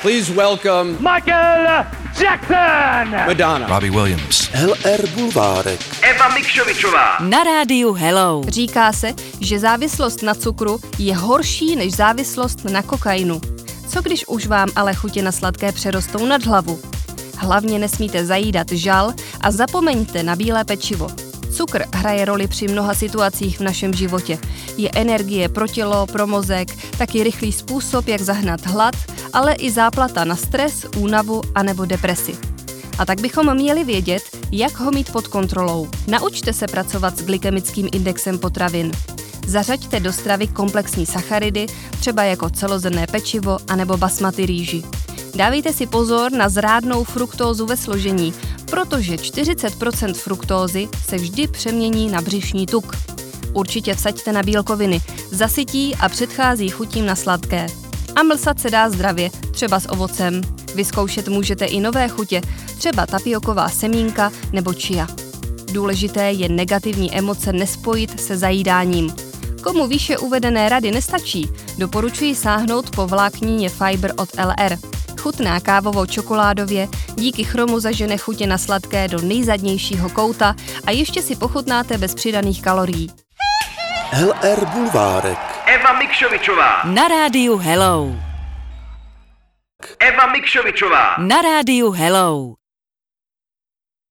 Please welcome Michael Jackson, Madonna, Robbie Williams, LR Bulvárek, Eva Mikšovičová. Na rádiu Hello. Říká se, že závislost na cukru je horší než závislost na kokainu. Co když už vám ale chutě na sladké přerostou nad hlavu? Hlavně nesmíte zajídat žal a zapomeňte na bílé pečivo. Cukr hraje roli při mnoha situacích v našem životě. Je energie pro tělo, pro mozek, taky rychlý způsob, jak zahnat hlad, ale i záplata na stres, únavu anebo depresi. A tak bychom měli vědět, jak ho mít pod kontrolou. Naučte se pracovat s glykemickým indexem potravin. Zařaďte do stravy komplexní sacharidy, třeba jako celozrnné pečivo anebo basmati rýži. Dávejte si pozor na zrádnou fruktózu ve složení, protože 40% fruktózy se vždy přemění na břišní tuk. Určitě vsaďte na bílkoviny, zasytí a předchází chutím na sladké. A mlsat se dá zdravě, třeba s ovocem. Vyzkoušet můžete i nové chutě, třeba tapioková semínka nebo chia. Důležité je negativní emoce nespojit se zajídáním. Komu výše uvedené rady nestačí, doporučuji sáhnout po vláknině Fiber od LR. Chutná kávovo-čokoládově, díky chromu zažene chutě na sladké do nejzadnějšího kouta a ještě si pochutnáte bez přidaných kalorií. LR Bulvárek, Eva Mikšovičová. Na rádiu Hello. Eva Mikšovičová. Na rádiu Hello.